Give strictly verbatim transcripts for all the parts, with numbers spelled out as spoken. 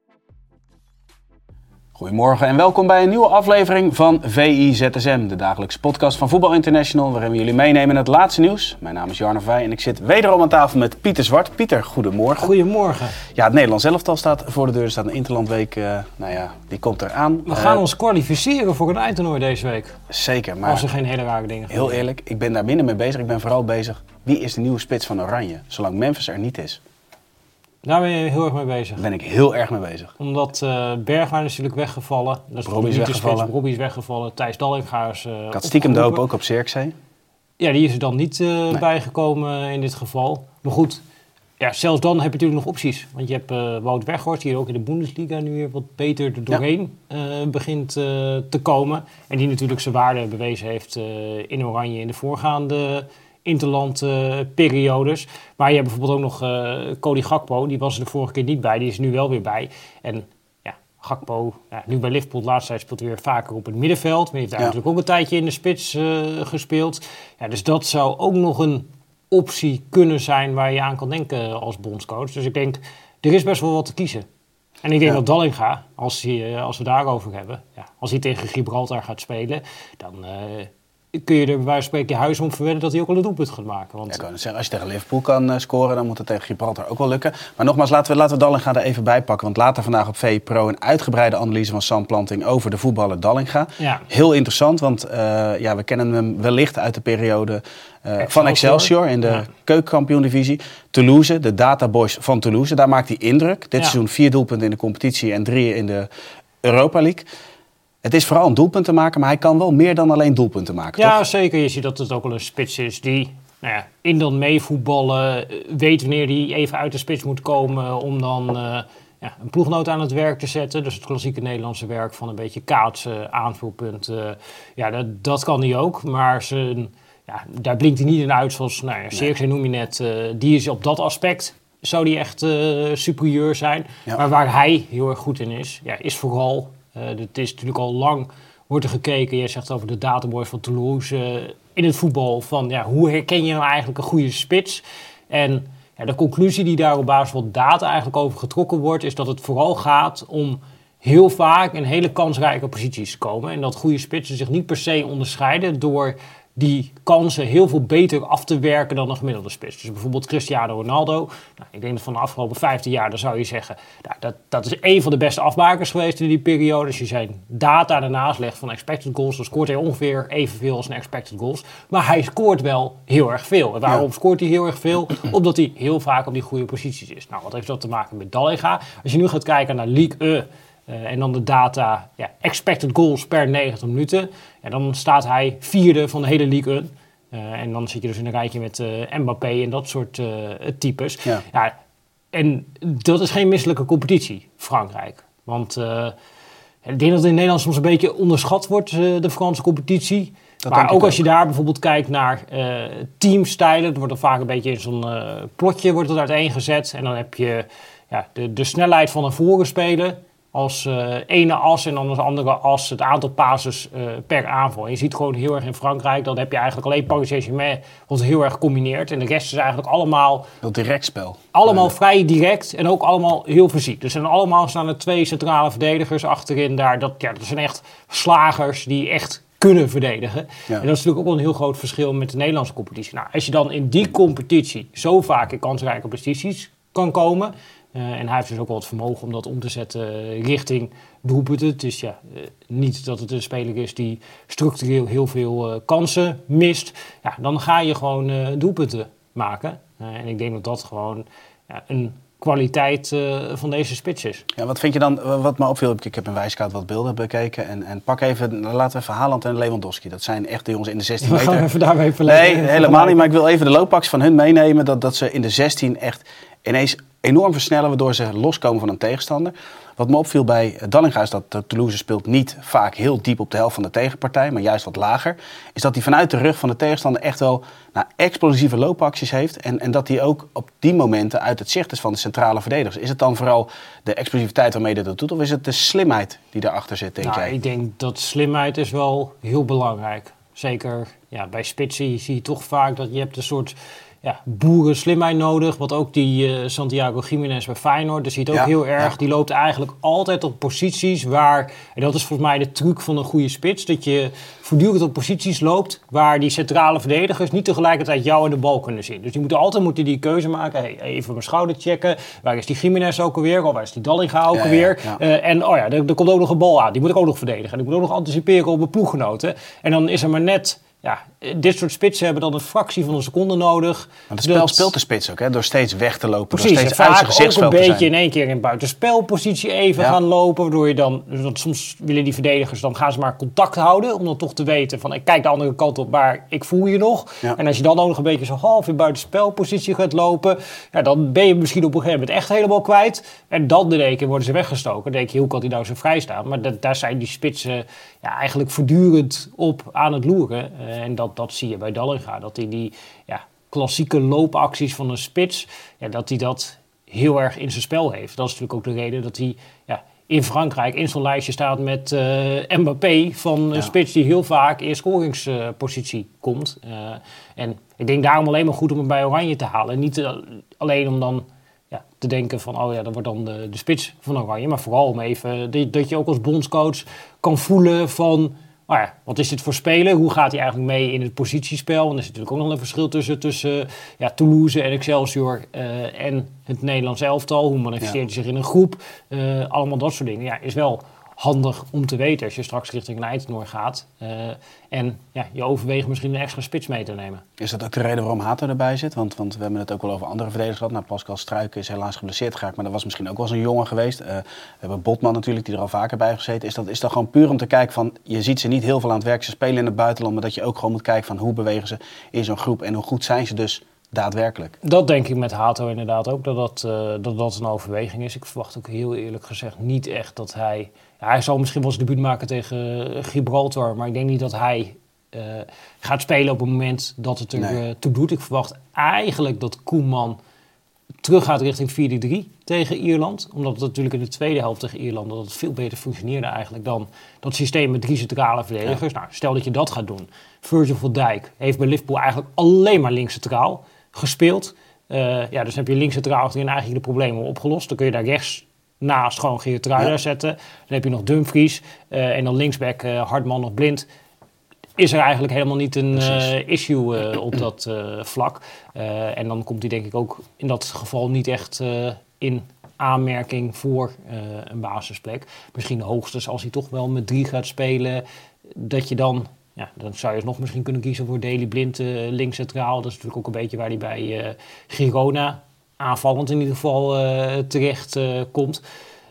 Goedemorgen en welkom bij een nieuwe aflevering van V I Z S M, de dagelijkse podcast van Voetbal International, waarin we jullie meenemen in het laatste nieuws. Mijn naam is Jarno Vij en ik zit wederom aan tafel met Pieter Zwart. Pieter, goedemorgen. Goedemorgen. Ja, het Nederlands elftal staat voor de deur, er staat een Interlandweek, uh, nou ja, die komt eraan. We gaan uh, ons kwalificeren voor een eindtoernooi deze week. Zeker, maar als er geen hele rare dingen heel eerlijk, ik ben daar minder mee bezig. Ik ben vooral bezig, wie is de nieuwe spits van Oranje, zolang Memphis er niet is. Daar ben je heel erg mee bezig. Daar ben ik heel erg mee bezig. Omdat uh, Bergwijn is natuurlijk weggevallen. Dat is Robbie is weggevallen. Robbie is weggevallen. Thijs Dallinga is uh, Ik had stiekem de hoop ook op Zirkzee. Ja, die is er dan niet uh, nee. bijgekomen in dit geval. Maar goed, ja, zelfs dan heb je natuurlijk nog opties. Want je hebt uh, Wout Weghorst, die ook in de Bundesliga nu weer wat beter er doorheen ja. uh, begint uh, te komen. En die natuurlijk zijn waarde bewezen heeft uh, in Oranje in de voorgaande interland uh, periodes. Maar je hebt bijvoorbeeld ook nog uh, Cody Gakpo. Die was er de vorige keer niet bij. Die is er nu wel weer bij. En ja, Gakpo, ja, nu bij Liverpool, de laatste tijd speelt hij weer vaker op het middenveld. Maar hij heeft daar ja. natuurlijk ook een tijdje in de spits uh, gespeeld. Ja, dus dat zou ook nog een optie kunnen zijn waar je aan kan denken als bondscoach. Dus ik denk, er is best wel wat te kiezen. En ik denk ja. dat Dallinga, als, hij, als we daarover hebben, ja, als hij tegen Gibraltar gaat spelen, dan Uh, kun je er bij wijze van spreken je huis om verwedden dat hij ook wel een doelpunt gaat maken. Want ja, ik kan zeggen, als je tegen Liverpool kan uh, scoren, dan moet het tegen Gibraltar ook wel lukken. Maar nogmaals, laten we, laten we Dallinga er even bij pakken. Want later vandaag op V I Pro een uitgebreide analyse van Sam Planting over de voetballer Dallinga. Ja. Heel interessant, want uh, ja, we kennen hem wellicht uit de periode uh, Excelsior. van Excelsior in de ja. keukenkampioen-divisie. Toulouse, de databoys van Toulouse, daar maakt hij indruk. Dit ja. seizoen vier doelpunten in de competitie en drie in de Europa League. Het is vooral een doelpunten maken, maar hij kan wel meer dan alleen doelpunten maken, Ja, toch? Zeker. Je ziet dat het ook wel een spits is die nou ja, in dan meevoetballen weet wanneer hij even uit de spits moet komen om dan uh, ja, een ploegnoot aan het werk te zetten. Dus het klassieke Nederlandse werk van een beetje kaatsen, aanvulpunten. Ja, dat, dat kan hij ook, maar zijn, ja, daar blinkt hij niet in uit zoals, nou ja, Zirkzee noem je net, uh, die is op dat aspect zou die echt uh, superieur zijn. Ja. Maar waar hij heel erg goed in is, ja, is vooral Uh, het is natuurlijk al lang, wordt er gekeken, jij zegt over de databoys van Toulouse, uh, in het voetbal van ja, hoe herken je nou eigenlijk een goede spits? En ja, de conclusie die daar op basis van data eigenlijk over getrokken wordt, is dat het vooral gaat om heel vaak in hele kansrijke posities te komen. En dat goede spitsen zich niet per se onderscheiden door die kansen heel veel beter af te werken dan een gemiddelde spits. Dus bijvoorbeeld Cristiano Ronaldo. Nou, ik denk dat van de afgelopen vijftien jaar, dan zou je zeggen, nou, dat, dat is een van de beste afmakers geweest in die periode. Als je zijn data ernaast legt van expected goals, dan scoort hij ongeveer evenveel als een expected goals. Maar hij scoort wel heel erg veel. En waarom ja. scoort hij heel erg veel? Omdat hij heel vaak op die goede posities is. Nou, wat heeft dat te maken met Dallinga? Als je nu gaat kijken naar Ligue één, Uh, en dan de data, ja, expected goals per negentig minuten. Ja, dan staat hij vierde van de hele Ligue één. Uh, en dan zit je dus in een rijtje met uh, Mbappé en dat soort uh, types. Ja. Ja, en dat is geen misselijke competitie, Frankrijk. Want uh, ik denk dat het in Nederland soms een beetje onderschat wordt, uh, de Franse competitie. Dat maar ook, ook als je daar bijvoorbeeld kijkt naar uh, teamstijlen, dat wordt dan vaak een beetje in zo'n uh, plotje wordt dat uiteengezet. En dan heb je ja, de, de snelheid van naar voren spelen als uh, ene as en dan als andere as het aantal passes uh, per aanval. En je ziet gewoon heel erg in Frankrijk, dan heb je eigenlijk alleen Paris Saint-Germain wat heel erg combineert. En de rest is eigenlijk allemaal heel direct spel. Allemaal ja. vrij direct en ook allemaal heel fysiek. Dus zijn allemaal staan er twee centrale verdedigers achterin daar. Dat, ja, dat zijn echt slagers die echt kunnen verdedigen. Ja. En dat is natuurlijk ook wel een heel groot verschil met de Nederlandse competitie. Nou, als je dan in die competitie zo vaak in kansrijke posities kan komen. Uh, en hij heeft dus ook wel het vermogen om dat om te zetten richting doelpunten. Dus ja, uh, niet dat het een speler is die structureel heel veel uh, kansen mist. Ja, dan ga je gewoon uh, doelpunten maken. Uh, en ik denk dat dat gewoon ja, een kwaliteit uh, van deze spits is. Ja, wat vind je dan, wat me opviel, ik heb in Wijskoud wat beelden bekeken. En, en pak even, laten we even Haaland en Lewandowski. Dat zijn echt de jongens in de zestien meter. We gaan even daarmee verleggen. Nee, helemaal niet. Maar ik wil even de looppaks van hun meenemen. Dat, dat ze in de zestien echt ineens enorm versnellen, waardoor ze loskomen van een tegenstander. Wat me opviel bij Dallinga is dat Toulouse speelt niet vaak heel diep op de helft van de tegenpartij, maar juist wat lager. Is dat hij vanuit de rug van de tegenstander echt wel nou, explosieve loopacties heeft. En, en dat hij ook op die momenten uit het zicht is van de centrale verdedigers. Is het dan vooral de explosiviteit waarmee hij dat doet, of is het de slimheid die daarachter zit, denk nou, jij? Ik denk dat slimheid is wel heel belangrijk. Zeker ja, bij spitsen zie je toch vaak dat je hebt een soort ja, boeren slimheid nodig. Wat ook die uh, Santiago Giménez bij Feyenoord. Dus ziet ook ja, heel erg. Ja. Die loopt eigenlijk altijd op posities waar... En dat is volgens mij de truc van een goede spits. Dat je voortdurend op posities loopt waar die centrale verdedigers niet tegelijkertijd jou en de bal kunnen zien. Dus die moeten altijd moeten die keuze maken. Hey, even mijn schouder checken. Waar is die Giménez ook alweer? Of waar is die Dallinga ook ja, alweer? Ja, ja. Uh, en oh ja, er, er komt ook nog een bal aan. Die moet ik ook nog verdedigen. En ik moet ook nog anticiperen op mijn ploeggenoten. En dan is er maar net... Ja, dit soort spitsen hebben dan een fractie van een seconde nodig. Want het spel dat... speelt de spits ook, hè? Door steeds weg te lopen. Precies, door steeds en uit vaak zijn ook een beetje zijn. In één keer in buitenspelpositie even ja. gaan lopen. Waardoor je dan, want soms willen die verdedigers, dan gaan ze maar contact houden. Om dan toch te weten van, ik kijk de andere kant op, maar ik voel je nog. Ja. En als je dan ook nog een beetje zo half in buitenspelpositie gaat lopen. Ja, dan ben je misschien op een gegeven moment echt helemaal kwijt. En dan in één keer worden ze weggestoken. Dan denk je, hoe kan die nou zo vrij staan? Maar dat, daar zijn die spitsen ja, eigenlijk voortdurend op aan het loeren. Uh, en dat, dat zie je bij Dallinga, dat hij die ja, klassieke loopacties van een spits, ja, dat hij dat heel erg in zijn spel heeft. Dat is natuurlijk ook de reden dat hij ja, in Frankrijk in zo'n lijstje staat met uh, Mbappé van een ja. spits die heel vaak in scoringspositie uh, komt. Uh, en ik denk daarom alleen maar goed om hem bij Oranje te halen. Niet uh, alleen om dan ja, te denken van, oh ja, dat wordt dan de, de spits van Oranje, maar vooral om even dat, dat je ook als bondscoach kan voelen van, oh ja, wat is dit voor speler? Hoe gaat hij eigenlijk mee in het positiespel? En er is natuurlijk ook nog een verschil tussen, tussen ja, Toulouse en Excelsior uh, en het Nederlands elftal. Hoe manifesteert hij ja. zich in een groep? Uh, allemaal dat soort dingen. Ja, is wel handig om te weten als je straks richting een eindtoernooi gaat. Uh, en ja, je overweegt misschien een extra spits mee te nemen. Is dat ook de reden waarom Hato erbij zit? Want, want we hebben het ook wel over andere verdedigers gehad. Nou, Pascal Struijk is helaas geblesseerd geraakt, maar dat was misschien ook wel eens een jongen geweest. Uh, we hebben Botman natuurlijk, die er al vaker bij gezeten. Is dat, is dat gewoon puur om te kijken van, je ziet ze niet heel veel aan het werk. Ze spelen in het buitenland, maar dat je ook gewoon moet kijken van hoe bewegen ze in zo'n groep en hoe goed zijn ze dus daadwerkelijk? Dat denk ik met Hato inderdaad ook, dat dat, uh, dat dat een overweging is. Ik verwacht ook heel eerlijk gezegd niet echt dat hij... Ja, hij zal misschien wel zijn debuut maken tegen Gibraltar, maar ik denk niet dat hij uh, gaat spelen op het moment dat het er nee. uh, toe doet. Ik verwacht eigenlijk dat Koeman terug gaat richting vier drie tegen Ierland. Omdat het natuurlijk in de tweede helft tegen Ierland dat het veel beter functioneerde eigenlijk dan dat systeem met drie centrale verdedigers. Ja. Nou, stel dat je dat gaat doen. Virgil van Dijk heeft bij Liverpool eigenlijk alleen maar links centraal gespeeld. Uh, ja, dus heb je links centraal achterin eigenlijk de problemen opgelost. Dan kun je daar rechts naast gewoon Geertruida ja. zetten. Dan heb je nog Dumfries. Uh, en dan linksback uh, Hartman of Blind. Is er eigenlijk helemaal niet een uh, issue uh, op dat uh, vlak. Uh, en dan komt hij denk ik ook in dat geval niet echt uh, in aanmerking voor uh, een basisplek. Misschien de hoogste als hij toch wel met drie gaat spelen. Dat je dan... Ja, dan zou je nog misschien kunnen kiezen voor Daley Blind uh, links centraal. Dat is natuurlijk ook een beetje waar hij bij uh, Girona aanvallend in ieder geval uh, terecht uh, komt.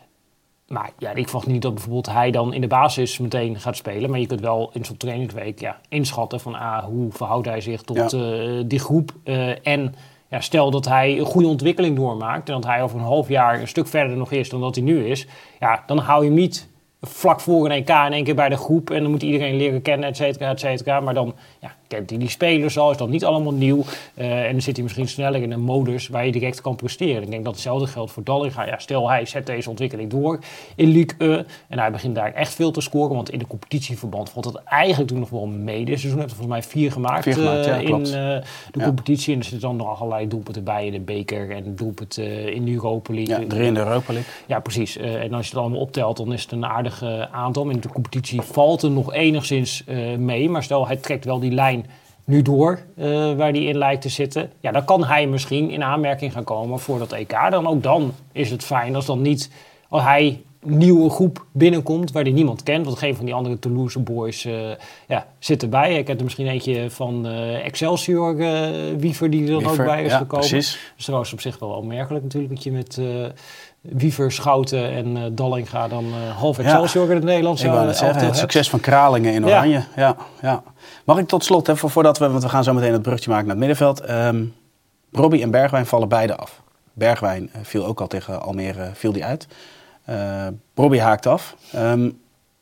Maar ja, ik verwacht niet dat bijvoorbeeld hij dan in de basis meteen gaat spelen. Maar je kunt wel in zo'n trainingsweek ja, inschatten van ah, hoe verhoudt hij zich tot ja. uh, die groep. Uh, en ja, stel dat hij een goede ontwikkeling doormaakt en dat hij over een half jaar een stuk verder nog is dan dat hij nu is. Ja, dan hou je hem niet vlak voor een E K in één keer bij de groep en dan moet iedereen leren kennen, et cetera, et cetera. Maar dan ja, kent hij die spelers al, is dat niet allemaal nieuw. Uh, en dan zit hij misschien sneller in een modus waar je direct kan presteren. Ik denk dat hetzelfde geldt voor Dallinga. Ja, stel hij zet deze ontwikkeling door in Ligue een en hij begint daar echt veel te scoren, want in de competitieverband valt het eigenlijk toen nog wel mee. Dit seizoen heeft er volgens mij vier gemaakt, vier gemaakt uh, ja, in uh, de ja. competitie. En er zitten dan nog allerlei doelpunten bij in de beker en doelpunten uh, in de Europa League. Ja, drie in de Europa League. Ja, precies. Uh, en als je het allemaal optelt, dan is het een aardig uh, aantal. In de competitie valt er nog enigszins uh, mee, maar stel hij trekt wel die lijn nu door, uh, waar die in lijkt te zitten. Ja, dan kan hij misschien in aanmerking gaan komen voor dat E K. Dan ook dan is het fijn als dan niet als hij een nieuwe groep binnenkomt waar hij niemand kent. Want geen van die andere Toulouse boys uh, ja, zit erbij. Ik heb er misschien eentje van uh, Excelsior, uh, Wiever, die er dan Wiever, ook bij is ja, gekomen. Precies. Dus dat is op zich wel opmerkelijk natuurlijk dat je met uh, Wiever, Schouten en uh, Dallinga dan uh, half Excelsior ja, in het Nederlands. Ik wou het zeggen, het succes van Kralingen in Oranje. Ja. Ja, ja. Mag ik tot slot, hè, voordat we, want we gaan zo meteen het brugje maken naar het middenveld. Um, Robbie en Bergwijn vallen beide af. Bergwijn uh, viel ook al tegen Almere, viel die uit. Uh, Robbie haakt af. Um,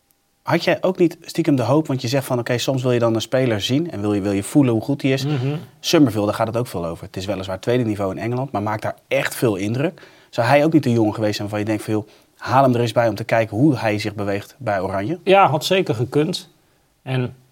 had jij ook niet stiekem de hoop, want je zegt van oké, okay, soms wil je dan een speler zien en wil je, wil je voelen hoe goed hij is. Mm-hmm. Summerville, daar gaat het ook veel over. Het is weliswaar tweede niveau in Engeland, maar maakt daar echt veel indruk. Zou hij ook niet de jongen geweest zijn waarvan je denkt van joh, haal hem er eens bij om te kijken hoe hij zich beweegt bij Oranje? Ja, had zeker gekund. En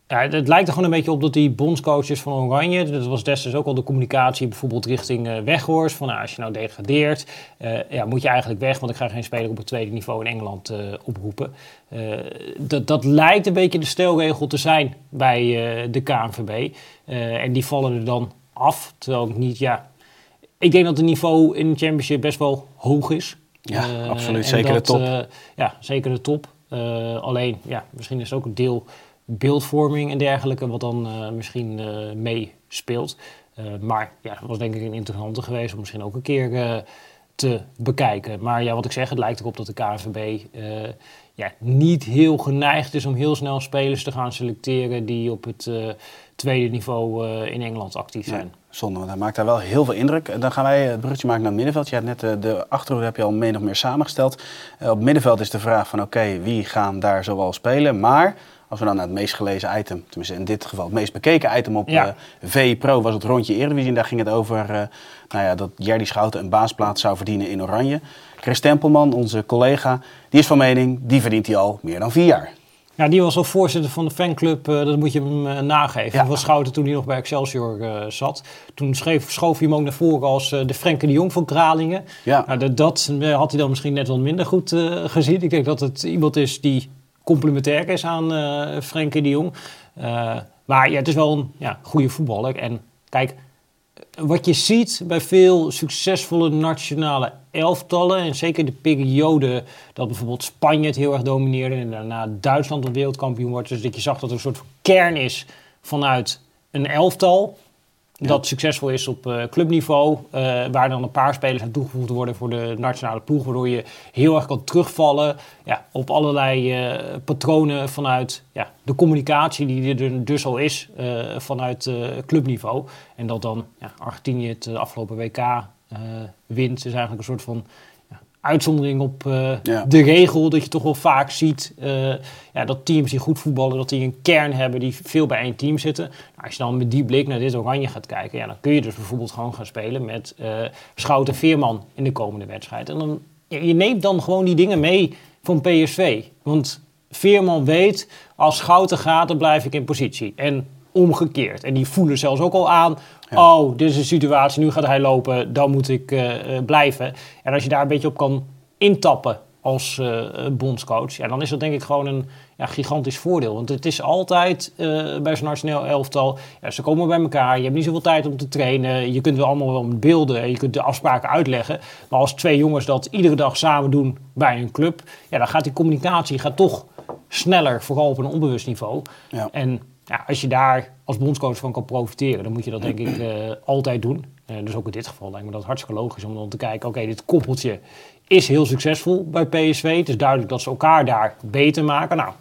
Ja, het lijkt er gewoon een beetje op dat die bondscoaches van Oranje, dat was destijds ook al de communicatie bijvoorbeeld richting uh, Weghorst, van nou, als je nou degradeert, uh, ja, moet je eigenlijk weg, want ik ga geen speler op het tweede niveau in Engeland uh, oproepen. Uh, dat, dat lijkt een beetje de stelregel te zijn bij uh, de K N V B. Uh, en die vallen er dan af, terwijl ik niet, ja... Ik denk dat het niveau in de Championship best wel hoog is. Ja, uh, absoluut. dat, Zeker de top. Uh, ja, zeker de top. Uh, alleen, ja, misschien is het ook een deel beeldvorming en dergelijke, wat dan uh, misschien uh, meespeelt. Uh, maar ja, dat was denk ik een interessante geweest om misschien ook een keer uh, te bekijken. Maar ja, wat ik zeg, het lijkt erop dat de K N V B uh, ja, niet heel geneigd is om heel snel spelers te gaan selecteren die op het uh, tweede niveau uh, in Engeland actief zijn. Ja, zonde, want hij maakt daar wel heel veel indruk. Dan gaan wij het bruggetje maken naar het middenveld. Je had net uh, de achterhoede heb je al min of meer samengesteld. Uh, op het middenveld is de vraag van oké, okay, wie gaan daar zoal spelen? Maar als we dan naar het meest gelezen item, tenminste in dit geval het meest bekeken item op ja. uh, V I Pro was het rondje Eredivisie. En daar ging het over uh, nou ja, dat Jerdy Schouten een baasplaats zou verdienen in Oranje. Chris Tempelman, onze collega, die is van mening, die verdient hij al meer dan vier jaar. Ja, die was al voorzitter van de fanclub, uh, dat moet je hem uh, nageven. Ja. Dat was Schouten toen hij nog bij Excelsior uh, zat. Toen schreef, schoof hij hem ook naar voren als uh, de Frenkie de Jong van Kralingen. Ja. Nou, dat, dat uh, had hij dan misschien net wat minder goed uh, gezien. Ik denk dat het iemand is die complementair is aan uh, Frenkie de Jong. Uh, maar ja, het is wel een ja, goede voetballer. En kijk, wat je ziet bij veel succesvolle nationale elftallen, en zeker de periode dat bijvoorbeeld Spanje het heel erg domineerde en daarna Duitsland een wereldkampioen wordt, dus dat je zag dat er een soort kern is vanuit een elftal ja. dat succesvol is op uh, clubniveau, uh, waar dan een paar spelers aan toegevoegd worden voor de nationale ploeg, waardoor je heel erg kan terugvallen ja, op allerlei uh, patronen vanuit ja, de communicatie die er dus al is uh, vanuit uh, clubniveau. En dat dan ja, Argentinië het afgelopen W K uh, wint, is eigenlijk een soort van ja, uitzondering op uh, ja. de regel, dat je toch wel vaak ziet uh, ja, dat teams die goed voetballen, dat die een kern hebben die veel bij één team zitten. Nou, als je dan met die blik naar dit Oranje gaat kijken, ja, dan kun je dus bijvoorbeeld gewoon gaan spelen met uh, Schouten Veerman in de komende wedstrijd. En dan, ja, je neemt dan gewoon die dingen mee van P S V. Want Veerman weet, als Schouten gaat, dan blijf ik in positie. En omgekeerd. En die voelen zelfs ook al aan, ja. oh, dit is een situatie, nu gaat hij lopen, dan moet ik uh, uh, blijven. En als je daar een beetje op kan intappen als uh, bondscoach, ja, dan is dat denk ik gewoon een ja, gigantisch voordeel. Want het is altijd uh, bij zo'n nationaal elftal, ja, ze komen bij elkaar, je hebt niet zoveel tijd om te trainen, je kunt wel allemaal wel met beelden en je kunt de afspraken uitleggen. Maar als twee jongens dat iedere dag samen doen bij een club, ja, dan gaat die communicatie gaat toch sneller, vooral op een onbewust niveau. Ja. En ja, als je daar als bondscoach van kan profiteren, dan moet je dat denk ik uh, altijd doen. Uh, dus ook in dit geval lijkt me dat hartstikke logisch om dan te kijken, oké, okay, dit koppeltje is heel succesvol bij P S V. Het is duidelijk dat ze elkaar daar beter maken. Nou,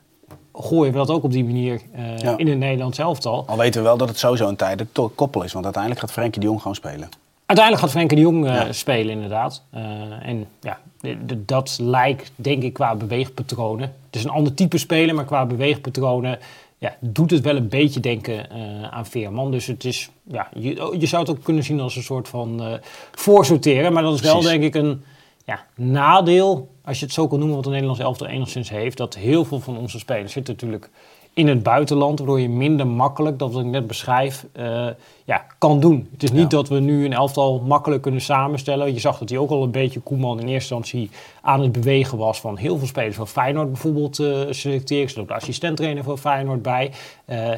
gooien we dat ook op die manier uh, ja. in het Nederlands elftal. Al weten we wel dat het sowieso een tijdelijk to- koppel is, want uiteindelijk gaat Frenkie de Jong gewoon spelen. Uiteindelijk gaat Frenkie de Jong uh, ja. spelen, inderdaad. Uh, en ja, d- d- dat lijkt, denk ik, qua beweegpatronen. Het is een ander type speler, maar qua beweegpatronen ja, doet het wel een beetje denken uh, aan Veerman. Dus het is, ja, je, je zou het ook kunnen zien als een soort van uh, voorsorteren. Maar dat is wel, Precies. denk ik, een ja, nadeel, als je het zo kan noemen, wat de Nederlandse elftal enigszins heeft. Dat heel veel van onze spelers zitten natuurlijk in het buitenland, waardoor je minder makkelijk, dat wat ik net beschrijf, uh, ja, kan doen. Het is niet ja. dat we nu een elftal makkelijk kunnen samenstellen. Je zag dat hij ook al een beetje, Koeman, in eerste instantie aan het bewegen was van heel veel spelers van Feyenoord bijvoorbeeld uh, selecteren. Er zit ook de assistent-trainer van Feyenoord bij. Uh,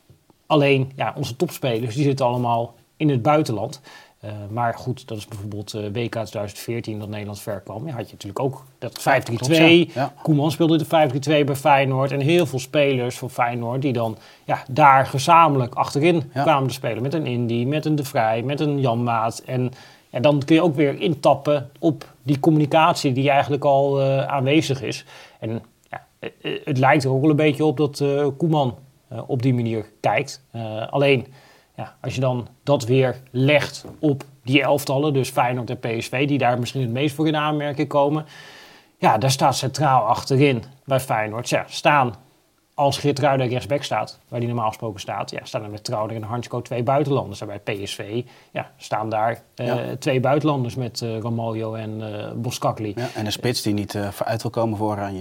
alleen, ja, onze topspelers, die zitten allemaal in het buitenland. Uh, maar goed, dat is bijvoorbeeld uh, W K twintig veertien dat Nederland ver kwam. Ja, had je natuurlijk ook dat vijf drie twee. Ja. Koeman speelde de vijf drie twee bij Feyenoord. En heel veel spelers van Feyenoord die dan ja, daar gezamenlijk achterin ja. kwamen te spelen. Met een Indy, met een De Vrij, met een Janmaat. En, en dan kun je ook weer intappen op die communicatie die eigenlijk al uh, aanwezig is. En ja, het, het lijkt er ook wel een beetje op dat uh, Koeman uh, op die manier kijkt. Uh, alleen... Ja, als je dan dat weer legt op die elftallen, dus Feyenoord en P S V, die daar misschien het meest voor in aanmerking komen. Ja, daar staat centraal achterin bij Feyenoord. Ja, staan als Geertruida rechtsback staat, waar die normaal gesproken staat, ja, staan er met Trauner en Hansko twee buitenlanders. En bij P S V ja, staan daar uh, ja. twee buitenlanders met uh, Ramaljo en uh, Boskakli. Ja, en een spits die niet uh, uit wil komen voor Oranje.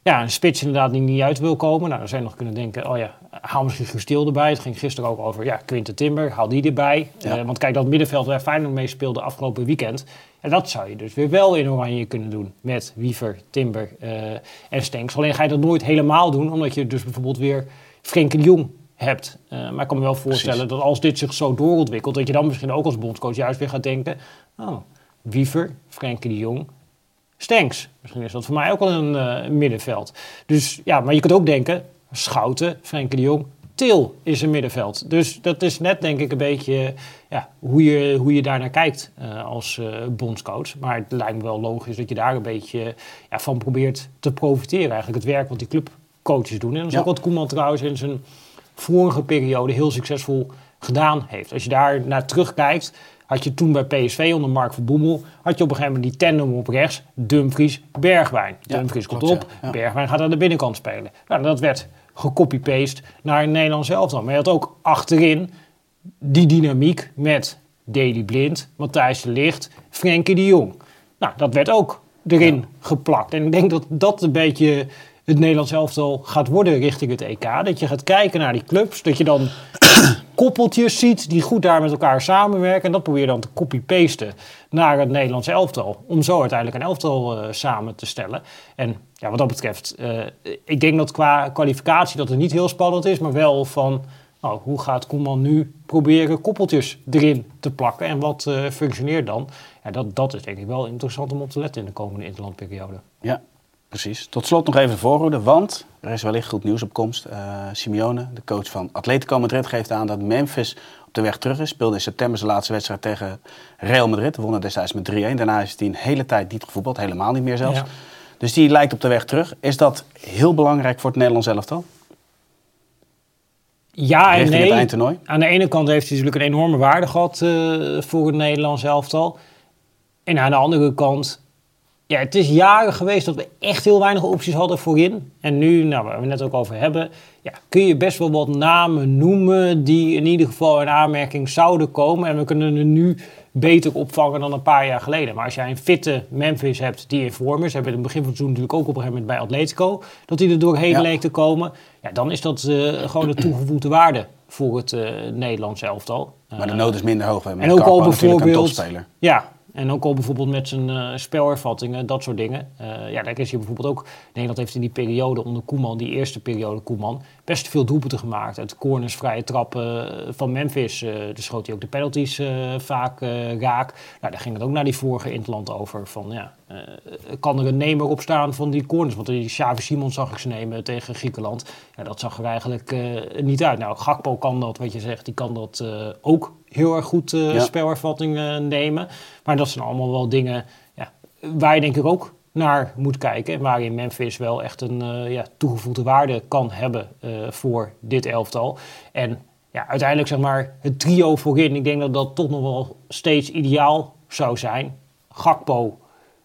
Ja, een spits inderdaad die niet uit wil komen. Nou, dan zou je nog kunnen denken, oh ja, haal misschien Guus Til erbij. Het ging gisteren ook over, ja, Quinten Timber, haal die erbij. Ja. Uh, want kijk, dat middenveld waar Feyenoord mee speelde afgelopen weekend. En dat zou je dus weer wel in oranje kunnen doen. Met Wiever, Timber uh, en Stenks. Alleen ga je dat nooit helemaal doen, omdat je dus bijvoorbeeld weer Frenkie de Jong hebt. Uh, maar ik kan me wel voorstellen Precies. dat als dit zich zo doorontwikkelt, dat je dan misschien ook als bondscoach juist weer gaat denken, oh, Wiever, Frenkie de Jong, Stenks. Misschien is dat voor mij ook wel een uh, middenveld. Dus ja, maar je kunt ook denken, Schouten, Frenkie de Jong, Til is een middenveld. Dus dat is net denk ik een beetje ja, hoe, je, hoe je daar naar kijkt uh, als uh, bondscoach. Maar het lijkt me wel logisch dat je daar een beetje ja, van probeert te profiteren. Eigenlijk het werk wat die clubcoaches doen. En dat is ja. ook wat Koeman trouwens in zijn vorige periode heel succesvol gedaan heeft. Als je daar naar terugkijkt, had je toen bij P S V onder Mark van Bommel, had je op een gegeven moment die tandem op rechts, Dumfries, Bergwijn. Ja, Dumfries komt op, ja. Ja. Bergwijn gaat aan de binnenkant spelen. Nou, dat werd gecopy-paste naar een Nederlands elftal. Maar je had ook achterin die dynamiek met Daley Blind, Matthijs de Ligt, Frenkie de Jong. Nou, dat werd ook erin ja. geplakt. En ik denk dat dat een beetje het Nederlands elftal gaat worden richting het E K. Dat je gaat kijken naar die clubs, dat je dan koppeltjes ziet die goed daar met elkaar samenwerken. En dat probeer je dan te copy-pasten naar het Nederlands elftal. Om zo uiteindelijk een elftal uh, samen te stellen. En ja, wat dat betreft, uh, ik denk dat qua kwalificatie dat het niet heel spannend is. Maar wel van, nou, hoe gaat Koeman nu proberen koppeltjes erin te plakken? En wat uh, functioneert dan? Ja, dat, dat is denk ik wel interessant om op te letten in de komende interlandperiode. Ja. Precies. Tot slot nog even de voorhoede, want er is wellicht goed nieuws op komst. Uh, Simeone, de coach van Atletico Madrid, geeft aan dat Memphis op de weg terug is. Speelde in september zijn laatste wedstrijd tegen Real Madrid. Wonnen destijds met drie-een. Daarna is hij een hele tijd niet gevoetbald, helemaal niet meer zelfs. Ja. Dus die lijkt op de weg terug. Is dat heel belangrijk voor het Nederlands elftal? Ja en nee. Het eindtoernooi? Aan de ene kant heeft hij natuurlijk een enorme waarde gehad uh, voor het Nederlands elftal. En aan de andere kant, ja, het is jaren geweest dat we echt heel weinig opties hadden voorin. En nu, nou, waar we het net ook over hebben, ja, kun je best wel wat namen noemen die in ieder geval in aanmerking zouden komen. En we kunnen er nu beter opvangen dan een paar jaar geleden. Maar als jij een fitte Memphis hebt die in vorm is, hebben we in het begin van het seizoen natuurlijk ook op een gegeven moment bij Atletico, dat hij er doorheen ja. leek te komen. Ja, dan is dat uh, gewoon de toegevoegde waarde voor het uh, Nederlands elftal. Maar de nood is minder hoog. Met en ook al bijvoorbeeld, een topspeler. Ja. En ook al bijvoorbeeld met zijn uh, spelervattingen, dat soort dingen. Uh, ja, daar is hij bijvoorbeeld ook, Nederland heeft in die periode onder Koeman, die eerste periode Koeman, best veel doelpunten gemaakt. Uit corners, vrije trappen van Memphis. Uh, dus schoot hij ook de penalties uh, vaak uh, raak. Nou, daar ging het ook naar die vorige interland over. Van, ja, uh, kan er een nemer op staan van die corners? Want die Xavi Simons zag ik ze nemen tegen Griekenland. Ja, dat zag er eigenlijk uh, niet uit. Nou, Gakpo kan dat, wat je zegt, die kan dat uh, ook heel erg goed uh, ja. spelervatting uh, nemen. Maar dat zijn allemaal wel dingen ja, waar je denk ik ook naar moet kijken. En waarin Memphis wel echt een uh, ja, toegevoegde waarde kan hebben uh, voor dit elftal. En ja, uiteindelijk zeg maar het trio voorin. Ik denk dat dat toch nog wel steeds ideaal zou zijn. Gakpo,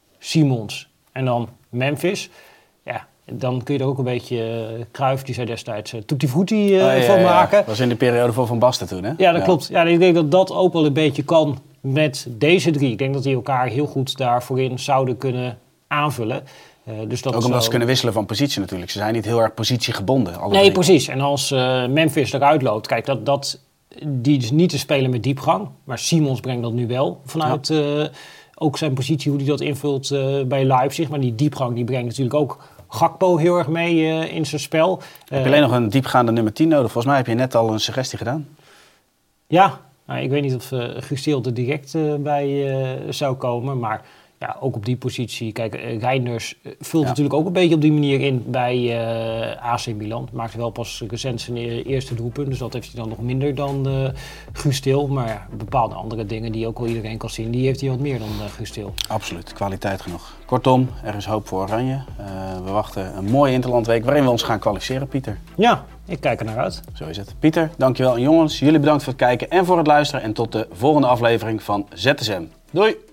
Simons en dan Memphis. Ja, dan kun je er ook een beetje uh, Cruijff, die zei destijds uh, tutti frutti uh, oh, ja, van maken. Dat was in de periode van Van Basten toen, hè? Ja, dat ja. klopt. Ja, ik denk dat dat ook wel een beetje kan met deze drie. Ik denk dat die elkaar heel goed daar voorin zouden kunnen aanvullen. Uh, dus dat ook omdat zo... ze kunnen wisselen van positie natuurlijk. Ze zijn niet heel erg positiegebonden. Alle nee, drie. Precies. En als uh, Memphis eruit loopt, kijk, dat, dat, die is niet te spelen met diepgang. Maar Simons brengt dat nu wel vanuit ja. uh, ook zijn positie, hoe hij dat invult uh, bij Leipzig. Maar die diepgang die brengt natuurlijk ook Gakpo heel erg mee uh, in zijn spel. Heb je uh, alleen nog een diepgaande nummer tien nodig? Volgens mij heb je net al een suggestie gedaan. Ja, nou, ik weet niet of uh, Guus Til er direct uh, bij uh, zou komen. Maar ja, ook op die positie. Kijk, uh, Reinders uh, vult ja. natuurlijk ook een beetje op die manier in bij uh, A C Milan. Maakt wel pas recent zijn eerste doelpunt. Dus dat heeft hij dan nog minder dan uh, Guus Til. Maar ja, bepaalde andere dingen die ook al iedereen kan zien, die heeft hij wat meer dan uh, Guus Til. Absoluut, kwaliteit genoeg. Kortom, er is hoop voor Oranje. Uh, we wachten een mooie interlandweek waarin we ons gaan kwalificeren, Pieter. Ja, ik kijk er naar uit. Zo is het. Pieter, dankjewel. En jongens, jullie bedankt voor het kijken en voor het luisteren. En tot de volgende aflevering van Z S M. Doei!